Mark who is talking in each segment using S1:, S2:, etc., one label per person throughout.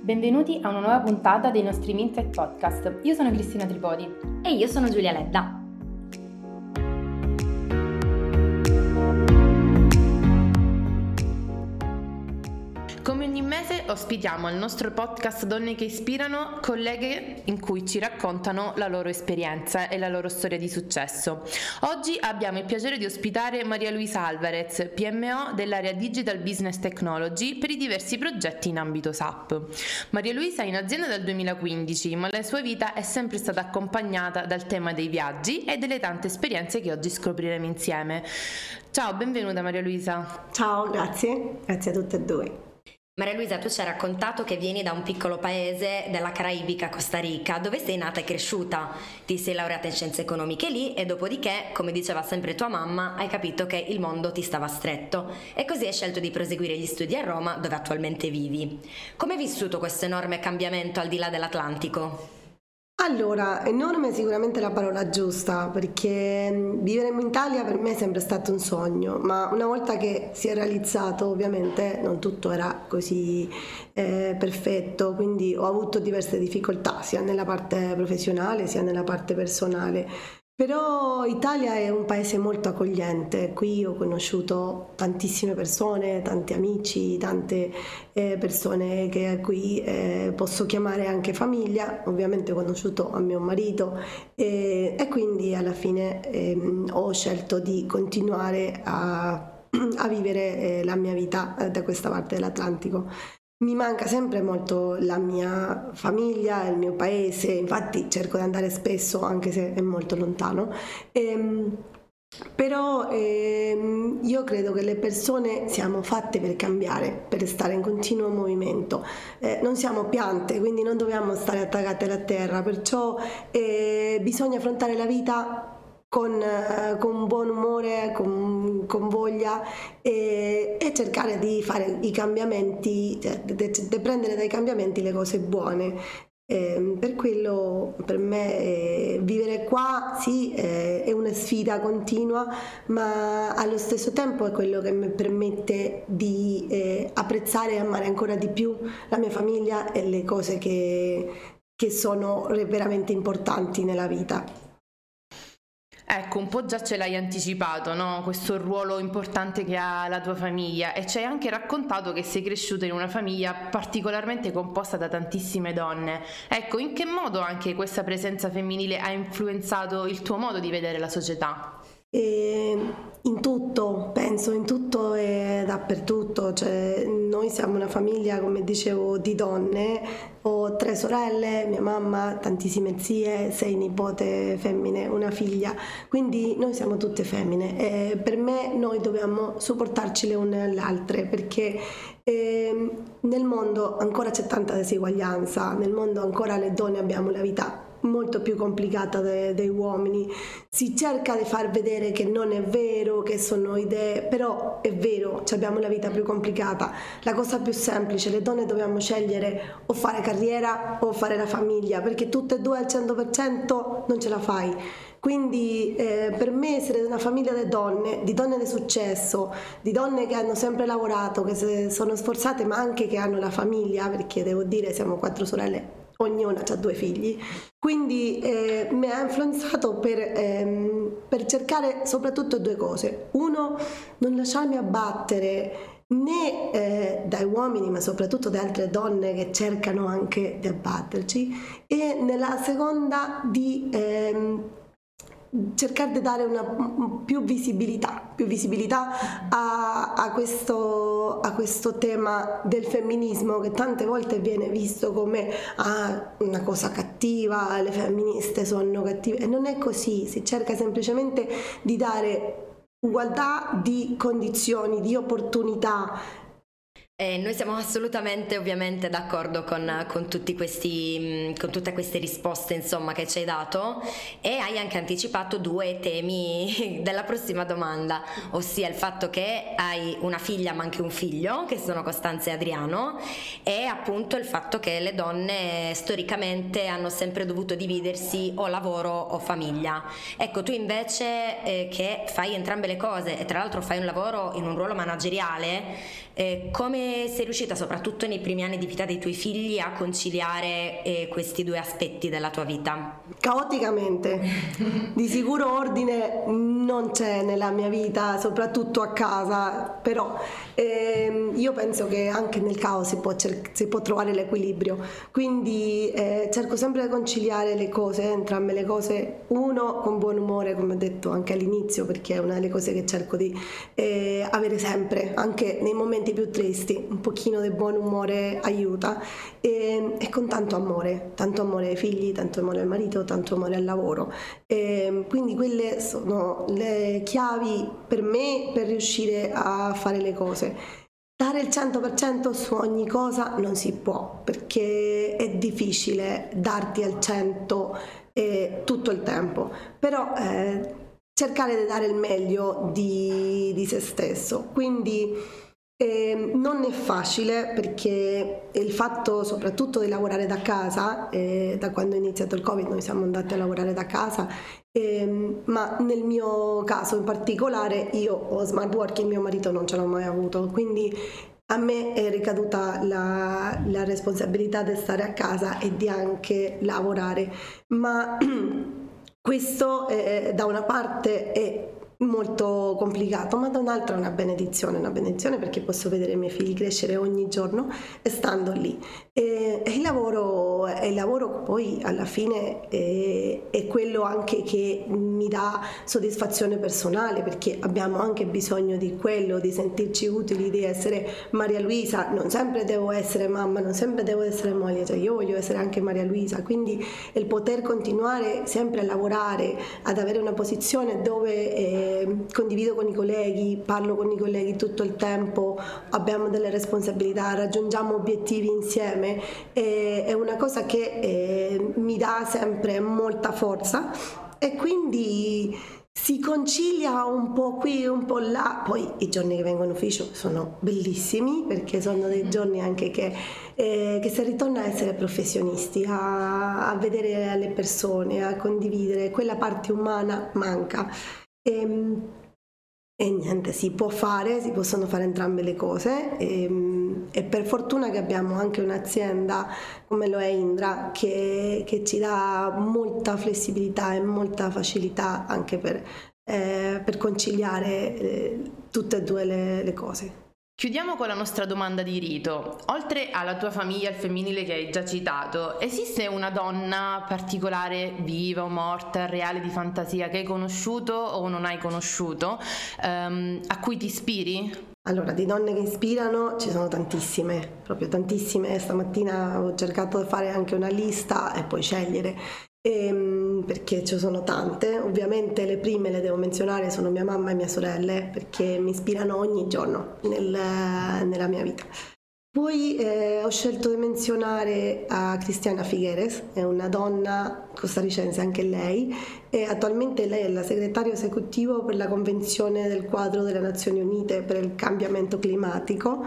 S1: benvenuti a una nuova puntata dei nostri Mindset Podcast. Io sono Cristina Tripodi.
S2: E io sono Giulia Ledda.
S3: Come ogni mese ospitiamo al nostro podcast Donne che ispirano colleghe in cui ci raccontano la loro esperienza e la loro storia di successo. Oggi abbiamo il piacere di ospitare Maria Luisa Alvarez, PMO dell'area Digital Business Technology per i diversi progetti in ambito SAP. Maria Luisa è in azienda dal 2015, ma la sua vita è sempre stata accompagnata dal tema dei viaggi e delle tante esperienze che oggi scopriremo insieme. Ciao, benvenuta Maria Luisa.
S4: Ciao, grazie a tutte e due.
S2: Maria Luisa, tu ci hai raccontato che vieni da un piccolo paese della Caraibica, Costa Rica, dove sei nata e cresciuta. Ti sei laureata in scienze economiche lì e dopodiché, come diceva sempre tua mamma, hai capito che il mondo ti stava stretto e così hai scelto di proseguire gli studi a Roma, dove attualmente vivi. Come hai vissuto questo enorme cambiamento al di là dell'Atlantico?
S4: Allora, enorme è sicuramente la parola giusta, perché vivere in Italia per me è sempre stato un sogno, ma una volta che si è realizzato ovviamente non tutto era così perfetto, quindi ho avuto diverse difficoltà sia nella parte professionale sia nella parte personale. Però Italia è un paese molto accogliente, qui ho conosciuto tantissime persone, tanti amici, tante persone che qui posso chiamare anche famiglia, ovviamente ho conosciuto a mio marito e quindi alla fine ho scelto di continuare a vivere la mia vita da questa parte dell'Atlantico. Mi manca sempre molto la mia famiglia, il mio paese, infatti cerco di andare spesso anche se è molto lontano, però io credo che le persone siamo fatte per cambiare, per stare in continuo movimento, non siamo piante, quindi non dobbiamo stare attaccate alla terra, perciò bisogna affrontare la vita con buon umore, con voglia e cercare di fare i cambiamenti, cioè, di prendere dai cambiamenti le cose buone. Per quello per me vivere qua sì è una sfida continua, ma allo stesso tempo è quello che mi permette di apprezzare e amare ancora di più la mia famiglia e le cose che sono veramente importanti nella vita.
S3: Ecco, un po' già ce l'hai anticipato, no? Questo ruolo importante che ha la tua famiglia, e ci hai anche raccontato che sei cresciuta in una famiglia particolarmente composta da tantissime donne. Ecco, in che modo anche questa presenza femminile ha influenzato il tuo modo di vedere la società?
S4: In tutto, penso, in tutto e dappertutto, cioè, noi siamo una famiglia, come dicevo, di donne, ho 3 sorelle, mia mamma, tantissime zie, 6 nipote femmine, una figlia, quindi noi siamo tutte femmine e per me noi dobbiamo supportarci le une alle altre perché nel mondo ancora c'è tanta diseguaglianza, nel mondo ancora le donne abbiamo la vita molto più complicata dei uomini, si cerca di far vedere che non è vero, che sono idee, però è vero, abbiamo la vita più complicata, la cosa più semplice, le donne dobbiamo scegliere o fare carriera o fare la famiglia, perché tutte e due al 100% non ce la fai. Quindi per me essere una famiglia di donne di successo, di donne che hanno sempre lavorato, che si sono sforzate, ma anche che hanno la famiglia, perché devo dire siamo 4 sorelle, ognuna ha 2 figli, quindi mi ha influenzato per cercare soprattutto 2 cose. Uno, non lasciarmi abbattere né dai uomini ma soprattutto da altre donne che cercano anche di abbatterci, e nella seconda di cercare di dare una più visibilità a questo tema del femminismo, che tante volte viene visto come una cosa cattiva, le femministe sono cattive, e non è così, si cerca semplicemente di dare ugualdà di condizioni, di opportunità.
S2: Noi siamo assolutamente ovviamente d'accordo con tutte queste risposte insomma che ci hai dato, e hai anche anticipato 2 temi della prossima domanda, ossia il fatto che hai una figlia ma anche un figlio che sono Costanza e Adriano, e appunto il fatto che le donne storicamente hanno sempre dovuto dividersi o lavoro o famiglia. Ecco, tu invece che fai entrambe le cose e tra l'altro fai un lavoro in un ruolo manageriale, come come sei riuscita, soprattutto nei primi anni di vita dei tuoi figli, a conciliare questi due aspetti della tua vita?
S4: Caoticamente. Di sicuro ordine non c'è nella mia vita, soprattutto a casa, però io penso che anche nel caos si può trovare l'equilibrio, quindi cerco sempre di conciliare le cose, entrambe le cose, uno con buon umore, come ho detto anche all'inizio, perché è una delle cose che cerco di avere sempre, anche nei momenti più tristi, un pochino di buon umore aiuta, e con tanto amore ai figli, tanto amore al marito, tanto amore al lavoro, quindi quelle sono le chiavi per me per riuscire a fare le cose. Dare il 100% su ogni cosa non si può, perché è difficile darti al 100 tutto il tempo, però cercare di dare il meglio di se stesso, quindi non è facile, perché il fatto soprattutto di lavorare da casa, da quando è iniziato il Covid noi siamo andati a lavorare da casa, ma nel mio caso in particolare io ho smart working, mio marito non ce l'ho mai avuto, quindi a me è ricaduta la responsabilità di stare a casa e di anche lavorare, ma questo da una parte è molto complicato, ma da un'altra è una benedizione perché posso vedere i miei figli crescere ogni giorno e stando lì, e il lavoro poi alla fine è quello anche che mi dà soddisfazione personale, perché abbiamo anche bisogno di quello, di sentirci utili, di essere Maria Luisa. Non sempre devo essere mamma, non sempre devo essere moglie, cioè io voglio essere anche Maria Luisa, quindi il poter continuare sempre a lavorare, ad avere una posizione dove condivido con i colleghi, parlo con i colleghi tutto il tempo, abbiamo delle responsabilità, raggiungiamo obiettivi insieme, è una cosa che mi dà sempre molta forza, e quindi si concilia un po' qui, un po' là. Poi i giorni che vengo in ufficio sono bellissimi, perché sono dei giorni anche che si ritorna a essere professionisti, a vedere le persone, a condividere, quella parte umana manca. E niente, si possono fare entrambe le cose, e per fortuna che abbiamo anche un'azienda come lo è Indra che ci dà molta flessibilità e molta facilità anche per conciliare tutte e due le cose.
S3: Chiudiamo con la nostra domanda di rito. Oltre alla tua famiglia al femminile che hai già citato, esiste una donna particolare, viva o morta, reale, di fantasia, che hai conosciuto o non hai conosciuto, a cui ti ispiri?
S4: Allora, di donne che ispirano ci sono tantissime, proprio tantissime. Stamattina ho cercato di fare anche una lista e poi scegliere, perché ci sono tante. Ovviamente le prime le devo menzionare, sono mia mamma e mie sorelle, perché mi ispirano ogni giorno nella mia vita. Poi ho scelto di menzionare a Cristiana Figueres, è una donna costarricense anche lei, e attualmente lei è la segretario esecutivo per la Convenzione del Quadro delle Nazioni Unite per il cambiamento climatico.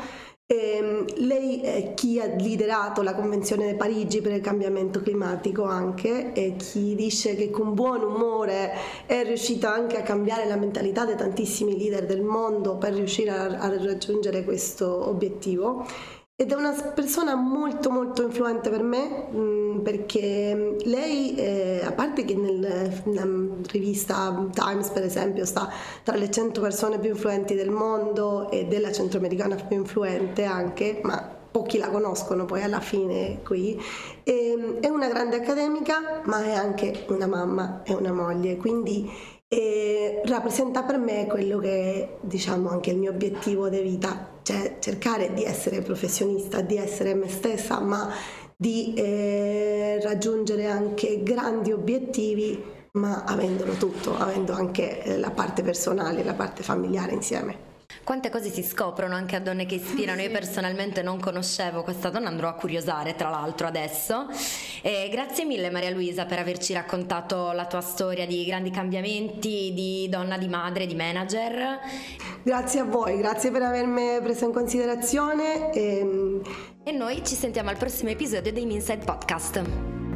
S4: Lei è chi ha liderato la Convenzione di Parigi per il cambiamento climatico anche, e chi dice che con buon umore è riuscita anche a cambiare la mentalità di tantissimi leader del mondo per riuscire a raggiungere questo obiettivo. Ed è una persona molto molto influente per me, perché lei, a parte che nella rivista Times per esempio sta tra le 100 persone più influenti del mondo e della centroamericana più influente anche, ma pochi la conoscono poi alla fine qui, è una grande accademica, ma è anche una mamma e una moglie, quindi rappresenta per me quello che è, diciamo, anche il mio obiettivo di vita, cioè cercare di essere professionista, di essere me stessa, ma di raggiungere anche grandi obiettivi, ma avendolo tutto, avendo anche la parte personale, la parte familiare insieme.
S2: Quante cose si scoprono anche a Donne che Ispirano. Io personalmente non conoscevo questa donna, andrò a curiosare tra l'altro adesso. Grazie mille Maria Luisa per averci raccontato la tua storia di grandi cambiamenti, di donna, di madre, di manager.
S4: Grazie a voi, grazie per avermi preso in considerazione.
S2: E noi ci sentiamo al prossimo episodio dei Minside Podcast.